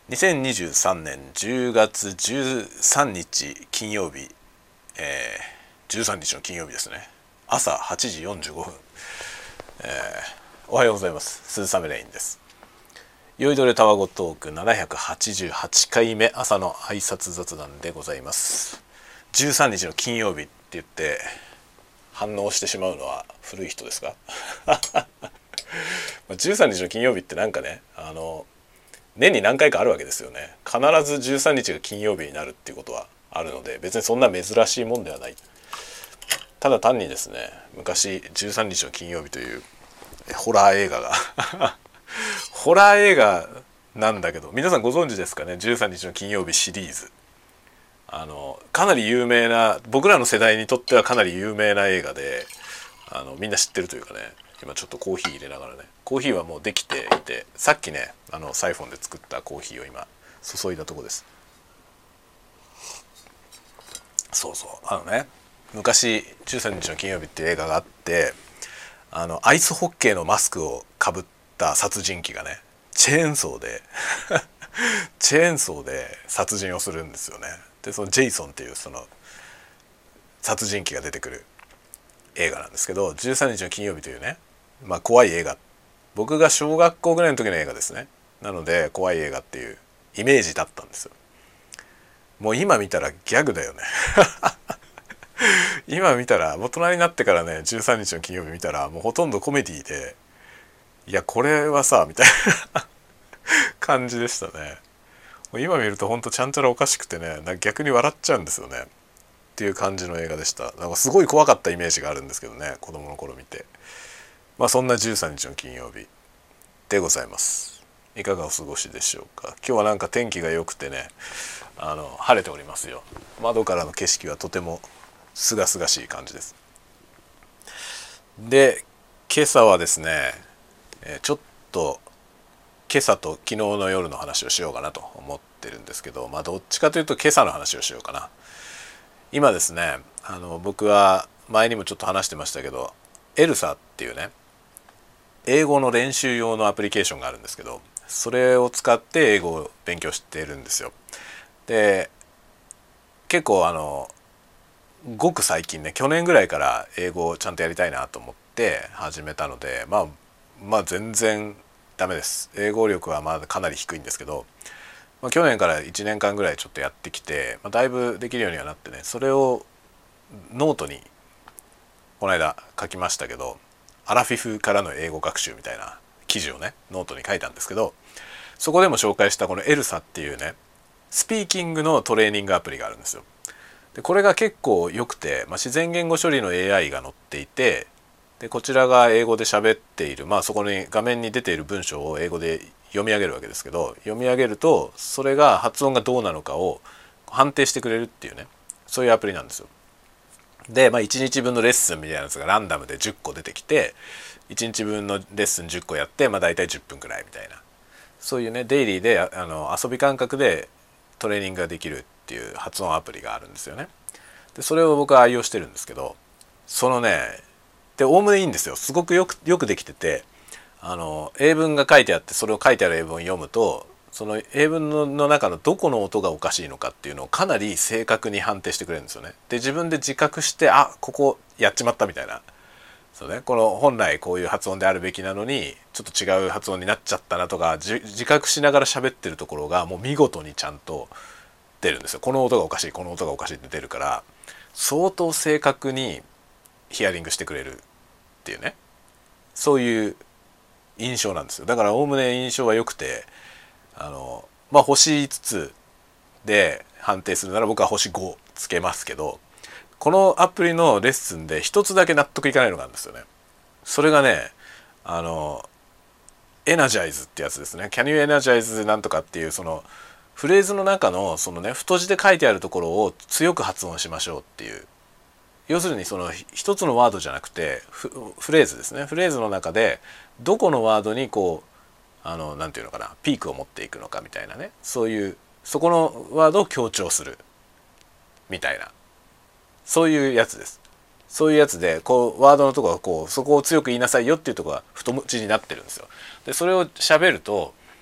2023年10月13日金曜日、13日の金曜日ですね。朝8時45分、おはようございます。鈴雨レインです。酔いどれたわごトーク788回目、朝の挨拶雑談でございます。13日の金曜日って言って反応してしまうのは古い人ですか13日の金曜日ってなんかね、年に何回かあるわけですよね。必ず13日が金曜日になるっていうことはあるので、別にそんな珍しいもんではない。ただ単にですね、昔13日の金曜日というホラー映画がホラー映画なんだけど、皆さんご存知ですかね。13日の金曜日シリーズ、かなり有名な、僕らの世代にとってはかなり有名な映画で、みんな知ってるというかね。今ちょっとコーヒー入れながらね、コーヒーはもうできていて、さっきねサイフォンで作ったコーヒーを今注いだとこです。そうそう、昔13日の金曜日っていう映画があって、アイスホッケーのマスクをかぶった殺人鬼がね、チェーンソーでチェーンソーで殺人をするんですよね。でそのジェイソンっていうその殺人鬼が出てくる映画なんですけど、13日の金曜日というね、怖い映画、僕が小学校ぐらいの時の映画ですね。なので怖い映画っていうイメージだったんですよ。もう今見たらギャグだよね今見たら、もう大人になってからね、13日の金曜日見たらもうほとんどコメディで、いやこれはさみたいな感じでしたね。もう今見るとほんとちゃんちゃらおかしくてね、なんか逆に笑っちゃうんですよねっていう感じの映画でした。なんかすごい怖かったイメージがあるんですけどね、子供の頃見て。そんな13日の金曜日でございます。いかがお過ごしでしょうか。今日はなんか天気が良くてね、晴れておりますよ。窓からの景色はとても清々しい感じです。で、今朝はですね、ちょっと今朝と昨日の夜の話をしようかなと思ってるんですけど、どっちかというと今朝の話をしようかな。今ですね、僕は前にもちょっと話してましたけど、エルサっていうね、英語の練習用のアプリケーションがあるんですけど、それを使って英語を勉強しているんですよ。で、結構ごく最近ね、去年ぐらいから英語をちゃんとやりたいなと思って始めたので、全然ダメです。英語力はまだかなり低いんですけど、去年から1年間ぐらいちょっとやってきて、だいぶできるようにはなってね、それをノートにこの間書きましたけど、アラフィフからの英語学習みたいな記事をねノートに書いたんですけど、そこでも紹介したこのエルサっていうね、スピーキングのトレーニングアプリがあるんですよ。でこれが結構良くて、自然言語処理の AI が載っていて、でこちらが英語で喋っている、そこに画面に出ている文章を英語で読み上げるわけですけど、読み上げるとそれが発音がどうなのかを判定してくれるっていうね、そういうアプリなんですよ。で、1日分のレッスンみたいなやつがランダムで10個出てきて、1日分のレッスン10個やって、大体10分くらいみたいな、そういうねデイリーで遊び感覚でトレーニングができるっていう発音アプリがあるんですよね。でそれを僕は愛用してるんですけど、そのね、でおおむねいいんですよ。すごくよくできてて、英文が書いてあって、それを書いてある英文を読むと、その英文の中のどこの音がおかしいのかっていうのをかなり正確に判定してくれるんですよね。で自分で自覚して、ここやっちまったみたいな、そうね、この本来こういう発音であるべきなのにちょっと違う発音になっちゃったなとか、自覚しながら喋ってるところがもう見事にちゃんと出るんですよ。この音がおかしい、この音がおかしいって出るから、相当正確にヒアリングしてくれるっていうね、そういう印象なんですよ。だからおおむね印象は良くて、星5つで判定するなら僕は星5つけますけど、このアプリのレッスンで一つだけ納得いかないのがあるんですよね。それがね、エナジャイズってやつですね。 Can you energize なんとかっていう、そのフレーズの中のそのね、太字で書いてあるところを強く発音しましょうっていう、要するにその一つのワードじゃなくてフレーズですね。フレーズの中でどこのワードにこうなんていうのかな、ピークを持っていくのかみたいなね、そういうそこのワードを強調するみたいな、そういうやつです。そういうやつで、こうワードのところがこう、そこを強く言いなさいよっていうところが太文字になってるんですよ。でそれを喋ると、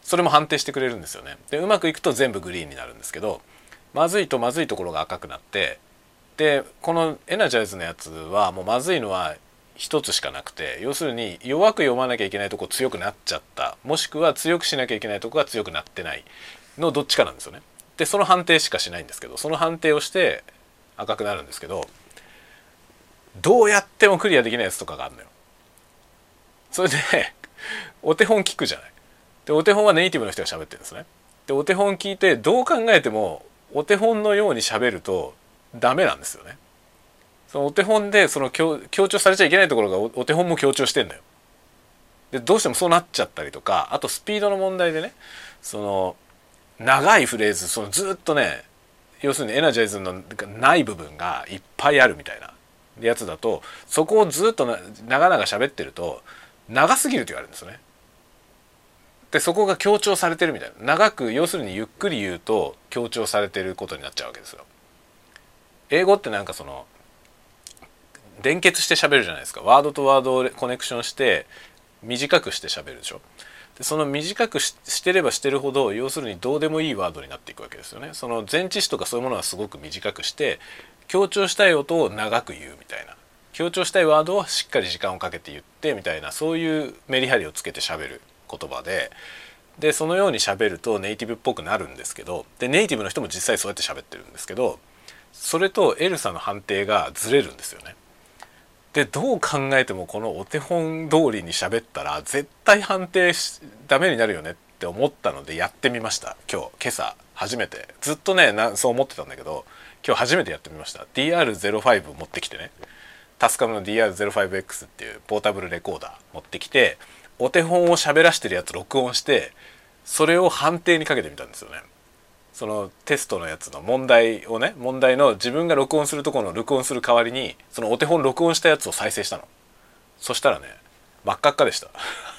それも判定してくれるんですよね。でうまくいくと全部グリーンになるんですけど、まずいとまずいところが赤くなって、でこのエナジャイズのやつはもうまずいのは一つしかなくて、要するに弱く読まなきゃいけないとこ強くなっちゃった、もしくは強くしなきゃいけないとこが強くなってないのどっちかなんですよね。でその判定しかしないんですけど、その判定をして赤くなるんですけど、どうやってもクリアできないやつとかがあるのよ。それでお手本聞くじゃない。でお手本はネイティブの人が喋ってるんですね。でお手本聞いてどう考えてもお手本のように喋るとダメなんですよね。そのお手本でその強調されちゃいけないところがお手本も強調してんだよ。でどうしてもそうなっちゃったりとか、あとスピードの問題でね、その長いフレーズ、そのずっとね、要するにエナジャイズのない部分がいっぱいあるみたいなやつだと、そこをずっと長々喋ってると長すぎると言われるんですよね。でそこが強調されてるみたいな、長く要するにゆっくり言うと強調されてることになっちゃうわけですよ。英語ってなんかその連結して喋るじゃないですか。ワードとワードをコネクションして短くして喋るでしょ。でその短くしてればしてるほど、要するにどうでもいいワードになっていくわけですよね。その前置詞とかそういうものはすごく短くして、強調したい音を長く言うみたいな、強調したいワードはしっかり時間をかけて言ってみたいな、そういうメリハリをつけて喋る言葉で、でそのように喋るとネイティブっぽくなるんですけど、でネイティブの人も実際そうやって喋ってるんですけど、それとエルサの判定がずれるんですよね。でどう考えてもこのお手本通りに喋ったら絶対判定ダメになるよねって思ったのでやってみました。今朝初めて、ずっとねそう思ってたんだけど、今日初めてやってみました。 DR05 持ってきてね、タスカムの DR05X っていうポータブルレコーダー持ってきて、お手本を喋らしてるやつ録音して、それを判定にかけてみたんですよね。そのテストのやつの問題をね、問題の自分が録音するところの録音する代わりにそのお手本録音したやつを再生したの。そしたらね、真っ赤っかでした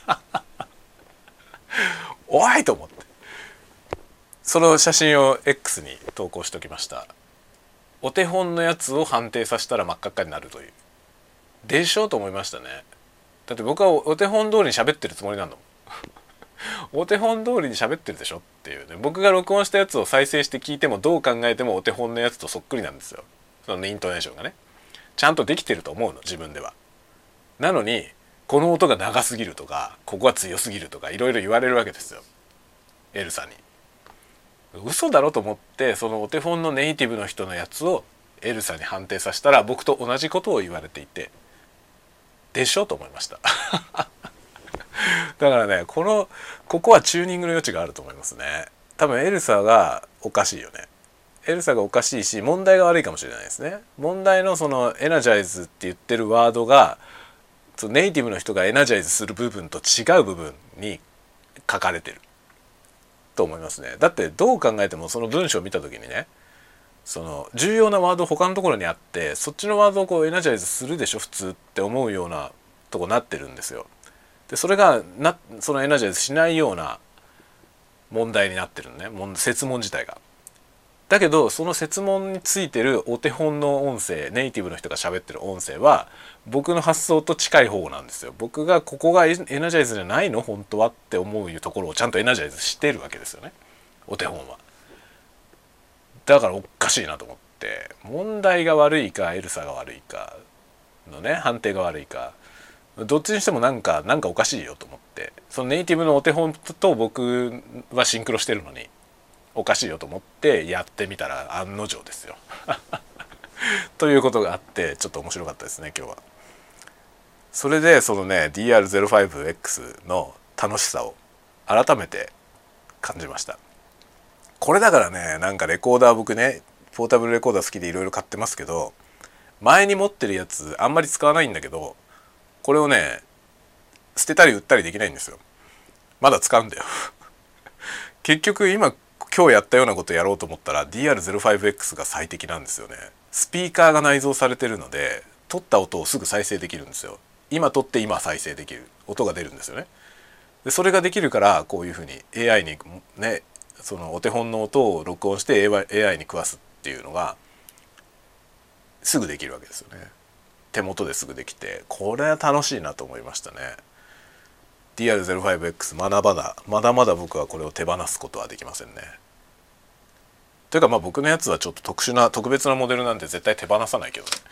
おいと思って、その写真を X に投稿しておきました。お手本のやつを判定させたら真っ赤っかになるという。でしょうと思いましたね。だって僕はお手本通りに喋ってるつもりなんだもんお手本通りに喋ってるでしょっていうね。僕が録音したやつを再生して聞いてもどう考えてもお手本のやつとそっくりなんですよ。そのイントネーションがね、ちゃんとできてると思うの自分では。なのにこの音が長すぎるとか、ここは強すぎるとかいろいろ言われるわけですよ、エルさんに。嘘だろと思って、そのお手本のネイティブの人のやつをエルさんに判定させたら僕と同じことを言われていて、でしょと思いましただからね、ここはチューニングの余地があると思いますね。多分エルサがおかしいよね。エルサがおかしいし、問題が悪いかもしれないですね。問題のそのエナジャイズって言ってるワードが、ネイティブの人がエナジャイズする部分と違う部分に書かれてると思いますね。だってどう考えてもその文章を見た時にね、その重要なワード他のところにあって、そっちのワードをこうエナジャイズするでしょ普通って思うようなとこなってるんですよ。でそれがそのエナジャイズしないような問題になってるのね、設問自体が。だけどその設問についてるお手本の音声、ネイティブの人が喋ってる音声は僕の発想と近い方なんですよ。僕がここがエナジャイズじゃないの本当はって思うところをちゃんとエナジャイズしてるわけですよね、お手本は。だからおかしいなと思って、問題が悪いかエルサが悪いかのね、判定が悪いか、どっちにしてもなんかおかしいよと思って、そのネイティブのお手本と僕はシンクロしてるのにおかしいよと思ってやってみたら案の定ですよということがあって、ちょっと面白かったですね今日は。それでそのね DR05X の楽しさを改めて感じました。これだからね、なんかレコーダー僕ね、ポータブルレコーダー好きでいろいろ買ってますけど、前に持ってるやつあんまり使わないんだけど、これをね捨てたり売ったりできないんですよ。まだ使うんだよ結局今日やったようなことやろうと思ったら DR05X が最適なんですよね。スピーカーが内蔵されてるので、撮った音をすぐ再生できるんですよ。今撮って今再生できる音が出るんですよね。でそれができるからこういうふうに AI にね、そのお手本の音を録音して AI に食わすっていうのがすぐできるわけですよね。手元ですぐできて、これは楽しいなと思いましたね。 DR05X まだまだ僕はこれを手放すことはできませんね。というか僕のやつはちょっと特別なモデルなんで絶対手放さないけどね。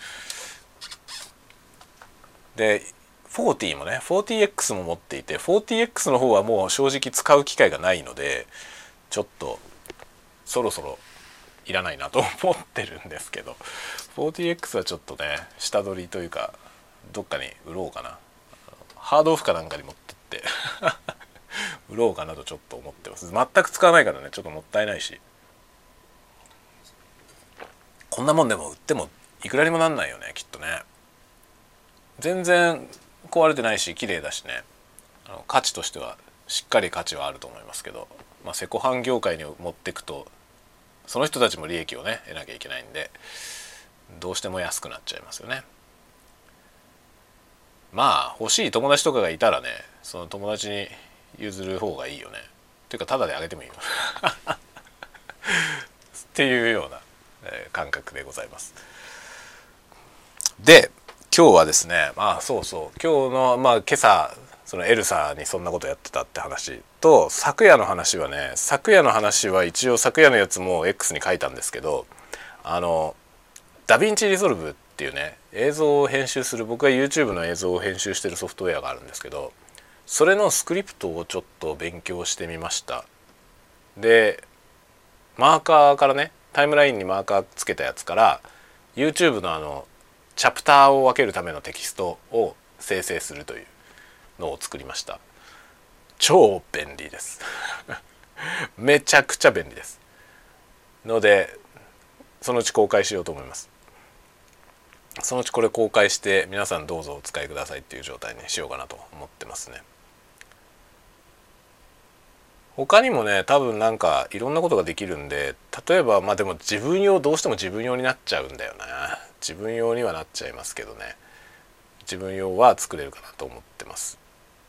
で40もね 40X も持っていて 40X の方はもう正直使う機会がないのでちょっとそろそろいらないなと思ってるんですけど 40X はちょっとね下取りというかどっかに売ろうかな、ハードオフかなんかに持ってって売ろうかなとちょっと思ってます。全く使わないからねちょっともったいないし、こんなもんでも売ってもいくらにもなんないよねきっとね。全然壊れてないし綺麗だしね、価値としてはしっかり価値はあると思いますけど、セコハン業界に持っていくとその人たちも利益をね得なきゃいけないんでどうしても安くなっちゃいますよね。欲しい友達とかがいたらねその友達に譲る方がいいよね。っていうかタダであげてもいいよっていうような感覚でございます。で今日はですね今日の今朝そのエルサにそんなことやってたって話と昨夜の話は一応昨夜のやつも X に書いたんですけど、ダヴィンチリゾルブっていうね映像を編集する、僕が YouTube の映像を編集してるソフトウェアがあるんですけど、それのスクリプトをちょっと勉強してみました。でマーカーからねタイムラインにマーカーつけたやつから YouTube のチャプターを分けるためのテキストを生成するというのを作りました。超便利ですめちゃくちゃ便利ですのでそのうち公開しようと思います。そのうちこれ公開して皆さんどうぞお使いくださいっていう状態にしようかなと思ってますね。他にもね多分なんかいろんなことができるんで、例えばでもどうしても自分用になっちゃうんだよな。自分用にはなっちゃいますけどね、自分用は作れるかなと思ってます。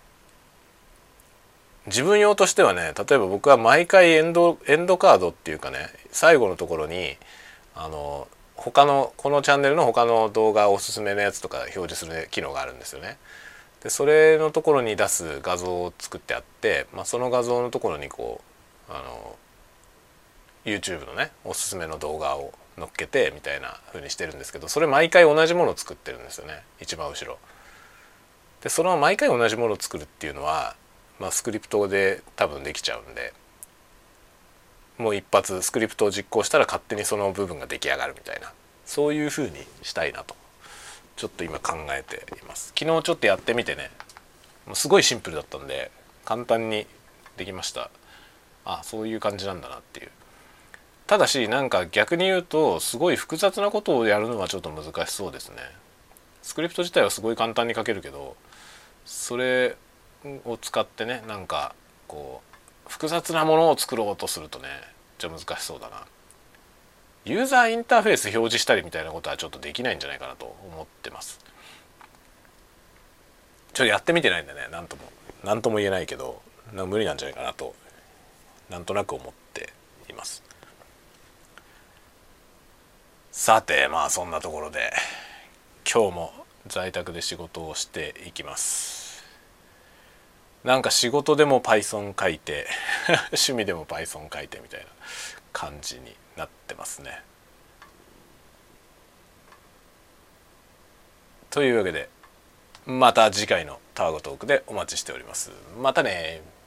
自分用としてはね、例えば僕は毎回エンドカードっていうかね最後のところに他のこのチャンネルの他の動画おすすめのやつとか表示する機能があるんですよね。でそれのところに出す画像を作ってあって、その画像のところにYouTube のねおすすめの動画を載っけてみたいな風にしてるんですけど、それ毎回同じものを作ってるんですよね一番後ろで。その毎回同じものを作るっていうのは、スクリプトで多分できちゃうんで、もう一発スクリプトを実行したら勝手にその部分が出来上がるみたいな、そういう風にしたいなとちょっと今考えています。昨日ちょっとやってみてね、すごいシンプルだったんで簡単にできました。そういう感じなんだなっていう。ただしなんか逆に言うとすごい複雑なことをやるのはちょっと難しそうですね。スクリプト自体はすごい簡単に書けるけど、それを使ってねなんか複雑なものを作ろうとするとねじゃあ難しそうだな。ユーザーインターフェース表示したりみたいなことはちょっとできないんじゃないかなと思ってます。ちょっとやってみてないんでねなんとも言えないけど無理なんじゃないかなとなんとなく思っています。さてそんなところで今日も在宅で仕事をしていきます。なんか仕事でも Python 書いて趣味でも Python 書いてみたいな感じになってますね。というわけでまた次回のタワゴトークでお待ちしております。またね。